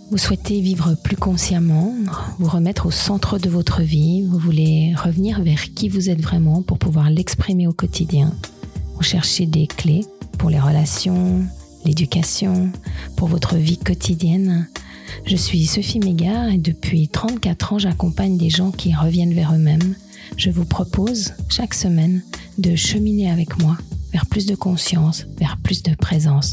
Vous souhaitez vivre plus consciemment, vous remettre au centre de votre vie, vous voulez revenir vers qui vous êtes vraiment pour pouvoir l'exprimer au quotidien. Vous cherchez des clés pour les relations, l'éducation, pour votre vie quotidienne. Je suis Sophie Mégard et depuis 34 ans, j'accompagne des gens qui reviennent vers eux-mêmes. Je vous propose chaque semaine de cheminer avec moi vers plus de conscience, vers plus de présence.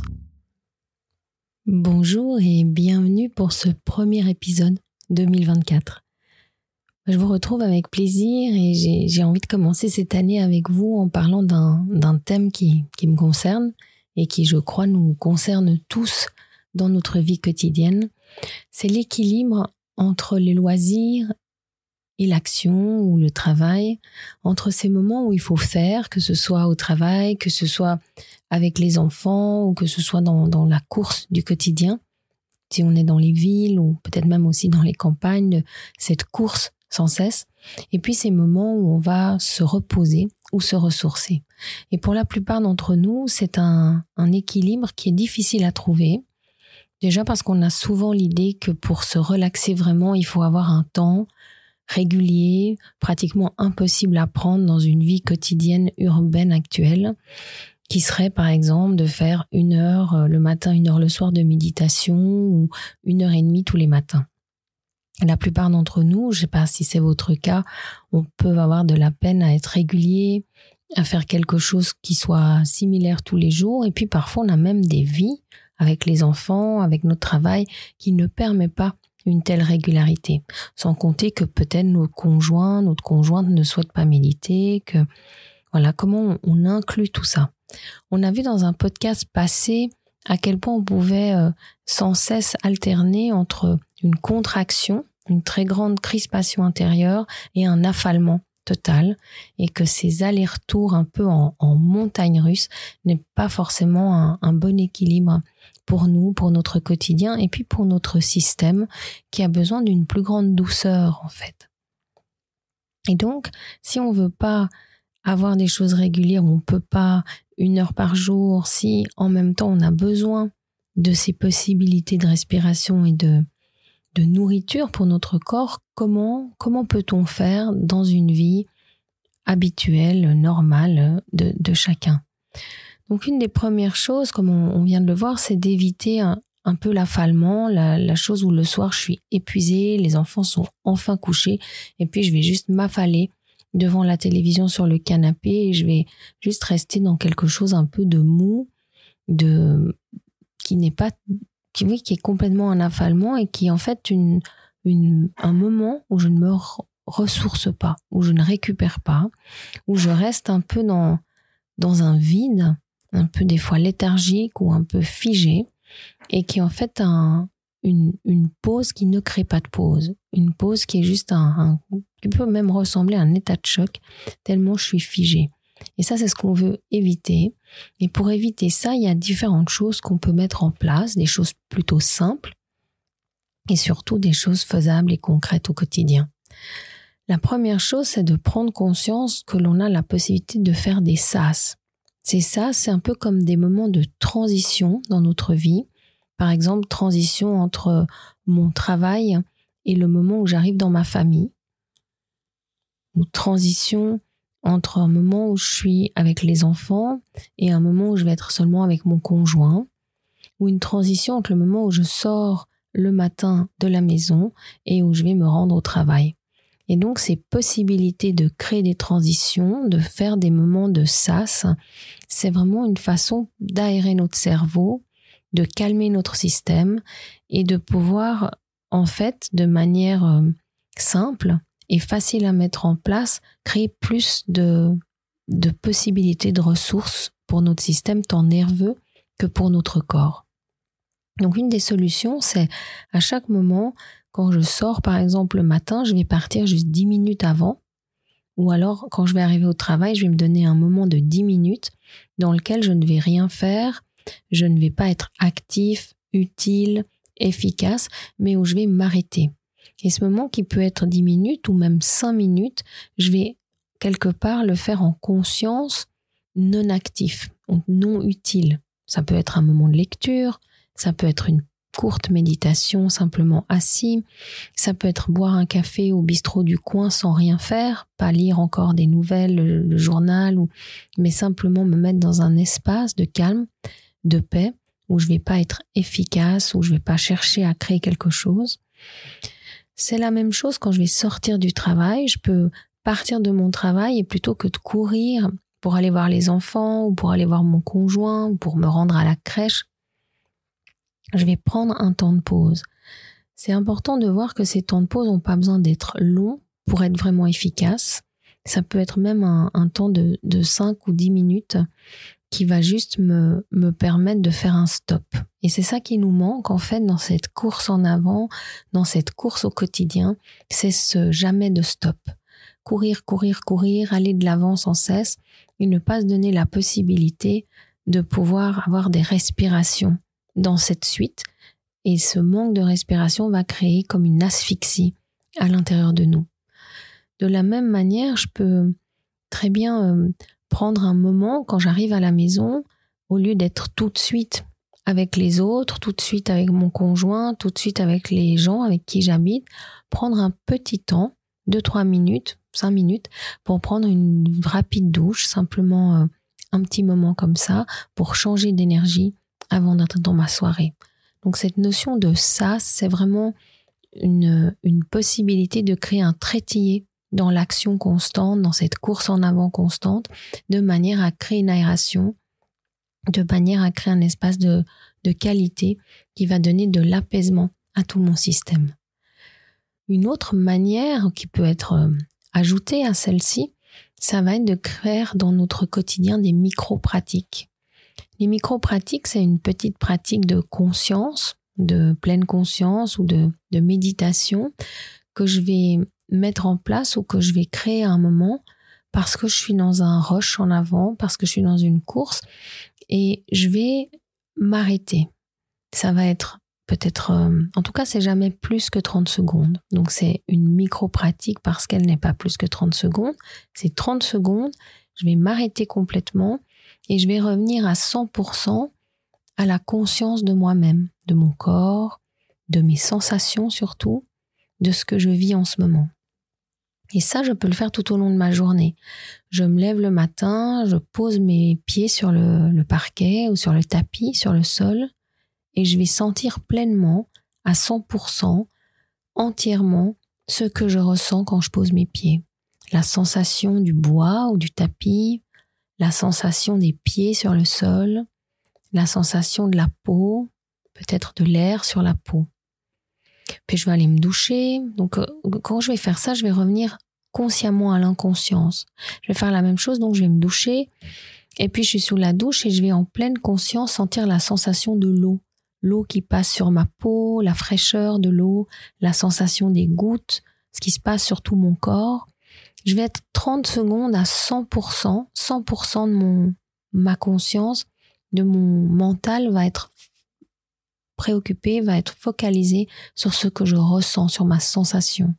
Bonjour et bienvenue pour ce premier épisode 2024. Je vous retrouve avec plaisir et j'ai envie de commencer cette année avec vous en parlant d'un thème qui me concerne et qui, je crois, nous concerne tous dans notre vie quotidienne. C'est l'équilibre entre les loisirs et l'action ou le travail, entre ces moments où il faut faire, que ce soit au travail, que ce soit avec les enfants ou que ce soit dans la course du quotidien, si on est dans les villes ou peut-être même aussi dans les campagnes, cette course sans cesse, et puis ces moments où on va se reposer ou se ressourcer. Et pour la plupart d'entre nous, c'est un équilibre qui est difficile à trouver, déjà parce qu'on a souvent l'idée que pour se relaxer vraiment, il faut avoir un temps régulier, pratiquement impossible à prendre dans une vie quotidienne urbaine actuelle, qui serait par exemple de faire 1 heure le matin, 1 heure le soir de méditation ou 1h30 tous les matins. La plupart d'entre nous, je ne sais pas si c'est votre cas, on peut avoir de la peine à être régulier, à faire quelque chose qui soit similaire tous les jours, et puis parfois on a même des vies avec les enfants, avec notre travail, qui ne permet pas une telle régularité, sans compter que peut-être notre conjointe ne souhaite pas méditer, que voilà, comment on inclut tout ça. On a vu dans un podcast passé à quel point on pouvait sans cesse alterner entre une contraction, une très grande crispation intérieure et un affalement total, et que ces allers-retours un peu en montagne russe n'est pas forcément un bon équilibre pour nous, pour notre quotidien et puis pour notre système qui a besoin d'une plus grande douceur en fait. Et donc, si on veut pas avoir des choses régulières, on peut pas 1 heure par jour, si en même temps on a besoin de ces possibilités de respiration et de nourriture pour notre corps, comment peut-on faire dans une vie habituelle, normale de chacun ? Donc une des premières choses, comme on vient de le voir, c'est d'éviter un peu l'affalement, la chose où le soir je suis épuisée, les enfants sont enfin couchés et puis je vais juste m'affaler devant la télévision sur le canapé et je vais juste rester dans quelque chose un peu de mou, qui est complètement un affalement et qui est en fait un moment où je ne me ressource pas, où je ne récupère pas, où je reste un peu dans un vide, un peu des fois léthargique ou un peu figé, et qui est en fait une pause qui ne crée pas de pause, une pause qui est juste qui peut même ressembler à un état de choc, tellement je suis figée. Et ça, c'est ce qu'on veut éviter. Et pour éviter ça, il y a différentes choses qu'on peut mettre en place, des choses plutôt simples, et surtout des choses faisables et concrètes au quotidien. La première chose, c'est de prendre conscience que l'on a la possibilité de faire des sas. Ces sas, c'est un peu comme des moments de transition dans notre vie. Par exemple, transition entre mon travail et le moment où j'arrive dans ma famille. Ou transition entre un moment où je suis avec les enfants et un moment où je vais être seulement avec mon conjoint. Ou une transition entre le moment où je sors le matin de la maison et où je vais me rendre au travail. Et donc, ces possibilités de créer des transitions, de faire des moments de sas, c'est vraiment une façon d'aérer notre cerveau, de calmer notre système et de pouvoir, en fait, de manière simple et facile à mettre en place, créer plus de possibilités de ressources pour notre système tant nerveux que pour notre corps. Donc, une des solutions, c'est à chaque moment, quand je sors, par exemple, le matin, je vais partir juste 10 minutes avant. Ou alors, quand je vais arriver au travail, je vais me donner un moment de 10 minutes dans lequel je ne vais rien faire, je ne vais pas être actif, utile, efficace, mais où je vais m'arrêter. Et ce moment qui peut être 10 minutes ou même 5 minutes, je vais quelque part le faire en conscience non actif, non utile. Ça peut être un moment de lecture, ça peut être une courte méditation simplement assis. Ça peut être boire un café au bistrot du coin sans rien faire, pas lire encore des nouvelles, le journal, mais simplement me mettre dans un espace de calme, de paix, où je vais pas être efficace, où je vais pas chercher à créer quelque chose. C'est la même chose quand je vais sortir du travail. Je peux partir de mon travail et plutôt que de courir pour aller voir les enfants ou pour aller voir mon conjoint ou pour me rendre à la crèche, je vais prendre un temps de pause. C'est important de voir que ces temps de pause n'ont pas besoin d'être longs pour être vraiment efficaces. Ça peut être même un temps de 5 ou 10 minutes qui va juste me permettre de faire un stop. Et c'est ça qui nous manque en fait dans cette course en avant, dans cette course au quotidien, c'est ce jamais de stop. Courir, courir, courir, aller de l'avant sans cesse et ne pas se donner la possibilité de pouvoir avoir des respirations dans cette suite. Et ce manque de respiration va créer comme une asphyxie à l'intérieur de nous. De la même manière, je peux très bien prendre un moment quand j'arrive à la maison, au lieu d'être tout de suite avec les autres, tout de suite avec mon conjoint, tout de suite avec les gens avec qui j'habite, prendre un petit temps, 2-3 minutes, 5 minutes, pour prendre une rapide douche, simplement un petit moment comme ça, pour changer d'énergie avant d'être dans ma soirée. Donc cette notion de sas, c'est vraiment une possibilité de créer un trétillet dans l'action constante, dans cette course en avant constante, de manière à créer une aération, de manière à créer un espace de qualité qui va donner de l'apaisement à tout mon système. Une autre manière qui peut être ajoutée à celle-ci, ça va être de créer dans notre quotidien des micro-pratiques. Les micro-pratiques, c'est une petite pratique de conscience, de pleine conscience ou de méditation que je vais mettre en place ou que je vais créer à un moment parce que je suis dans un rush en avant, parce que je suis dans une course et je vais m'arrêter. Ça va être peut-être, en tout cas, c'est jamais plus que 30 secondes. Donc, c'est une micro-pratique parce qu'elle n'est pas plus que 30 secondes. C'est 30 secondes, je vais m'arrêter complètement et je vais revenir à 100% à la conscience de moi-même, de mon corps, de mes sensations surtout, de ce que je vis en ce moment. Et ça, je peux le faire tout au long de ma journée. Je me lève le matin, je pose mes pieds sur le parquet ou sur le tapis, sur le sol, et je vais sentir pleinement, à 100%, entièrement, ce que je ressens quand je pose mes pieds. La sensation du bois ou du tapis, la sensation des pieds sur le sol, la sensation de la peau, peut-être de l'air sur la peau. Puis je vais aller me doucher. Donc quand je vais faire ça, je vais revenir consciemment à l'inconscience. Je vais faire la même chose, donc je vais me doucher. Et puis je suis sous la douche et je vais en pleine conscience sentir la sensation de l'eau. L'eau qui passe sur ma peau, la fraîcheur de l'eau, la sensation des gouttes, ce qui se passe sur tout mon corps. Je vais être 30 secondes à 100%, 100% de ma conscience, de mon mental va être préoccupé, va être focalisé sur ce que je ressens, sur ma sensation.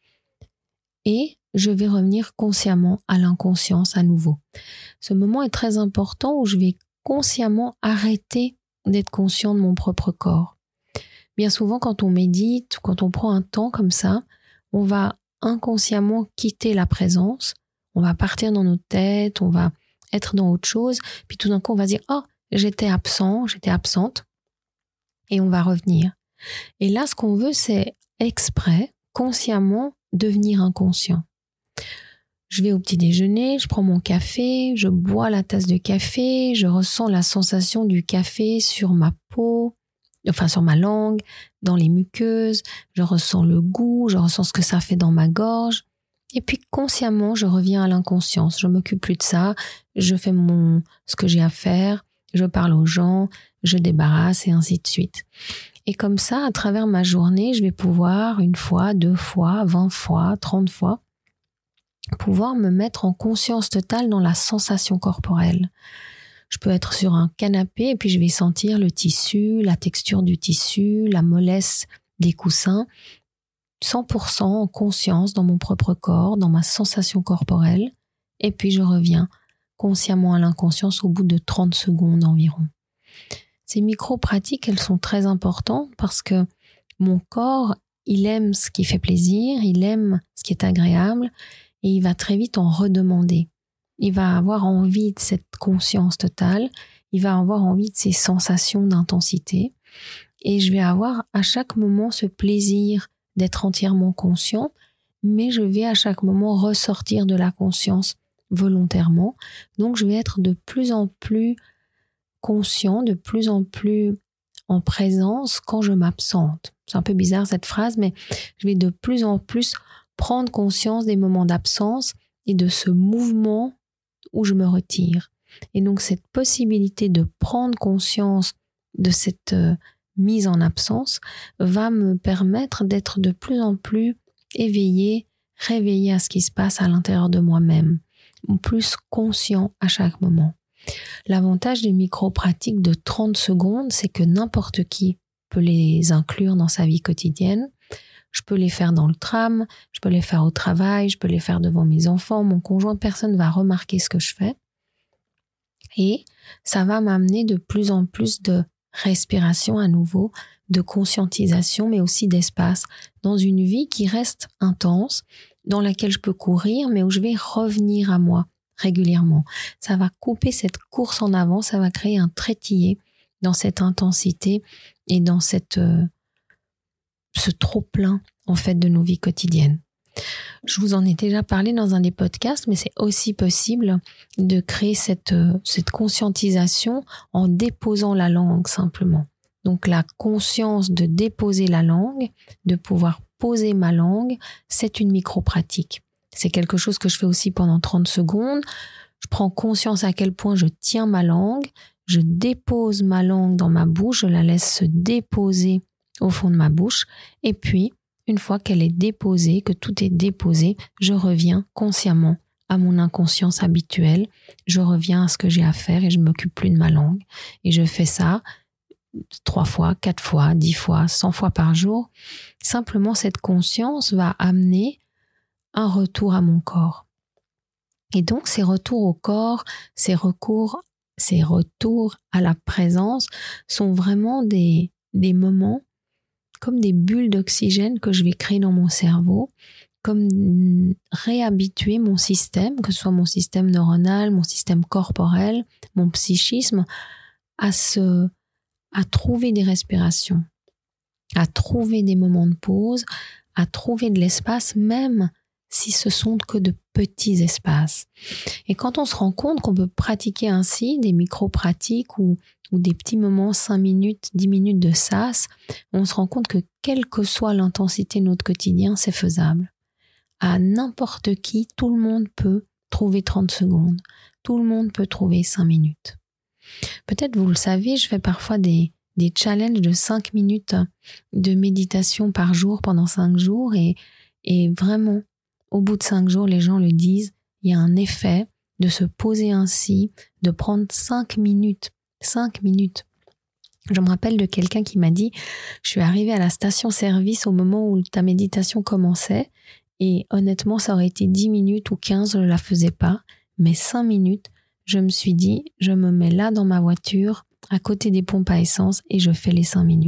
Et je vais revenir consciemment à l'inconscience à nouveau. Ce moment est très important où je vais consciemment arrêter d'être conscient de mon propre corps. Bien souvent, quand on médite, quand on prend un temps comme ça, on va inconsciemment quitter la présence, on va partir dans notre tête, on va être dans autre chose, puis tout d'un coup, on va dire « Oh, j'étais absent, j'étais absente », et on va revenir. Et là, ce qu'on veut, c'est exprès, consciemment, devenir inconscient. Je vais au petit déjeuner, je prends mon café, je bois la tasse de café, je ressens la sensation du café sur ma peau, enfin sur ma langue, dans les muqueuses, je ressens le goût, je ressens ce que ça fait dans ma gorge. Et puis consciemment, je reviens à l'inconscience, je m'occupe plus de ça, je fais ce que j'ai à faire, je parle aux gens, je débarrasse et ainsi de suite. Et comme ça, à travers ma journée, je vais pouvoir 1 fois, 2 fois, 20 fois, 30 fois, pouvoir me mettre en conscience totale dans la sensation corporelle. Je peux être sur un canapé et puis je vais sentir le tissu, la texture du tissu, la mollesse des coussins, 100% en conscience dans mon propre corps, dans ma sensation corporelle, et puis je reviens consciemment à l'inconscience au bout de 30 secondes environ. Ces micro-pratiques, elles sont très importantes parce que mon corps, il aime ce qui fait plaisir, il aime ce qui est agréable et il va très vite en redemander. Il va avoir envie de cette conscience totale, il va avoir envie de ces sensations d'intensité et je vais avoir à chaque moment ce plaisir d'être entièrement conscient, mais je vais à chaque moment ressortir de la conscience volontairement. Donc je vais être de plus en plus conscient, de plus en plus en présence quand je m'absente. C'est un peu bizarre cette phrase, mais je vais de plus en plus prendre conscience des moments d'absence et de ce mouvement où je me retire. Et donc cette possibilité de prendre conscience de cette mise en absence va me permettre d'être de plus en plus éveillé, réveillé à ce qui se passe à l'intérieur de moi-même, plus conscient à chaque moment. L'avantage des micro-pratiques de 30 secondes, c'est que n'importe qui peut les inclure dans sa vie quotidienne. Je peux les faire dans le tram, je peux les faire au travail, je peux les faire devant mes enfants, mon conjoint, personne ne va remarquer ce que je fais. Et ça va m'amener de plus en plus de respiration à nouveau, de conscientisation, mais aussi d'espace dans une vie qui reste intense, dans laquelle je peux courir, mais où je vais revenir à moi régulièrement. Ça va couper cette course en avant, ça va créer un trétillet dans cette intensité et dans ce trop-plein en fait de nos vies quotidiennes. Je vous en ai déjà parlé dans un des podcasts, mais c'est aussi possible de créer cette conscientisation en déposant la langue simplement. Donc la conscience de déposer la langue, de pouvoir poser ma langue, c'est une micro-pratique. C'est quelque chose que je fais aussi pendant 30 secondes. Je prends conscience à quel point je tiens ma langue, je dépose ma langue dans ma bouche, je la laisse se déposer au fond de ma bouche, et puis une fois qu'elle est déposée, que tout est déposé, je reviens consciemment à mon inconscience habituelle, je reviens à ce que j'ai à faire et je ne m'occupe plus de ma langue. Et je fais ça 3 fois, 4 fois, 10 fois, 100 fois par jour. Simplement, cette conscience va amener un retour à mon corps. Et donc, ces retours au corps, ces retours à la présence sont vraiment des moments comme des bulles d'oxygène que je vais créer dans mon cerveau, comme réhabituer mon système, que ce soit mon système neuronal, mon système corporel, mon psychisme, à trouver des respirations, à trouver des moments de pause, à trouver de l'espace, même si ce sont que de petits espaces. Et quand on se rend compte qu'on peut pratiquer ainsi des micro-pratiques ou des petits moments, 5 minutes, 10 minutes de sas, on se rend compte que quelle que soit l'intensité de notre quotidien, c'est faisable. À n'importe qui, tout le monde peut trouver 30 secondes. Tout le monde peut trouver 5 minutes. Peut-être vous le savez, je fais parfois des challenges de 5 minutes de méditation par jour pendant 5 jours et vraiment, au bout de 5 jours, les gens le disent, il y a un effet de se poser ainsi, de prendre 5 minutes. 5 minutes. Je me rappelle de quelqu'un qui m'a dit « Je suis arrivée à la station-service au moment où ta méditation commençait et honnêtement, ça aurait été 10 minutes ou 15, je ne la faisais pas. Mais 5 minutes, je me suis dit « Je me mets là dans ma voiture, à côté des pompes à essence et je fais les 5 minutes. »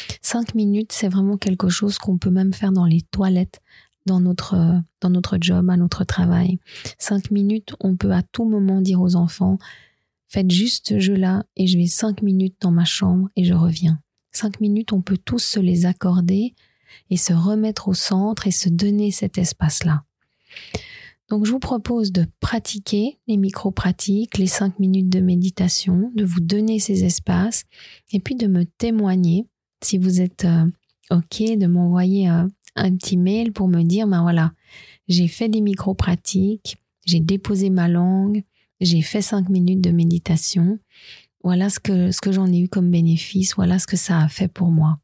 5 minutes, c'est vraiment quelque chose qu'on peut même faire dans les toilettes, dans notre job, à notre travail. 5 minutes, on peut à tout moment dire aux enfants « Faites juste ce jeu-là et je vais 5 minutes dans ma chambre et je reviens. » 5 minutes, on peut tous se les accorder et se remettre au centre et se donner cet espace-là. Donc je vous propose de pratiquer les micro-pratiques, les 5 minutes de méditation, de vous donner ces espaces et puis de me témoigner si vous êtes OK, de m'envoyer un petit mail pour me dire, ben voilà, j'ai fait des micro-pratiques, j'ai déposé ma langue, j'ai fait 5 minutes de méditation, voilà ce que j'en ai eu comme bénéfice, voilà ce que ça a fait pour moi.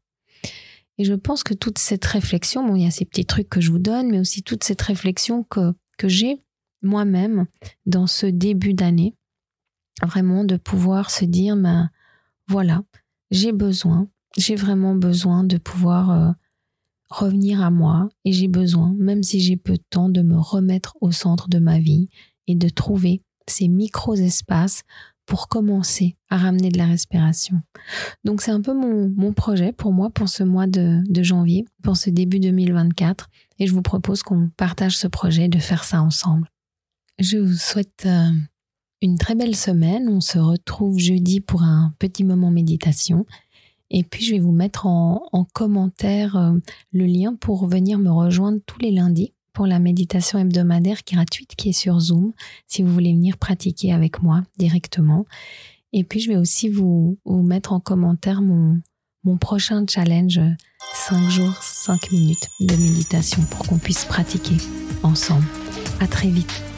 Et je pense que toute cette réflexion, bon, il y a ces petits trucs que je vous donne, mais aussi toute cette réflexion que j'ai moi-même dans ce début d'année, vraiment de pouvoir se dire, ben voilà, j'ai vraiment besoin de pouvoir revenir à moi et j'ai besoin, même si j'ai peu de temps, de me remettre au centre de ma vie et de trouver ces micro-espaces pour commencer à ramener de la respiration. Donc c'est un peu mon projet pour moi, pour ce mois de janvier, pour ce début 2024. Et je vous propose qu'on partage ce projet, de faire ça ensemble. Je vous souhaite une très belle semaine. On se retrouve jeudi pour un petit moment méditation. Et puis je vais vous mettre en commentaire le lien pour venir me rejoindre tous les lundis pour la méditation hebdomadaire gratuite qui est sur Zoom, si vous voulez venir pratiquer avec moi directement. Et puis je vais aussi vous mettre en commentaire mon prochain challenge 5 jours, 5 minutes de méditation pour qu'on puisse pratiquer ensemble. À très vite.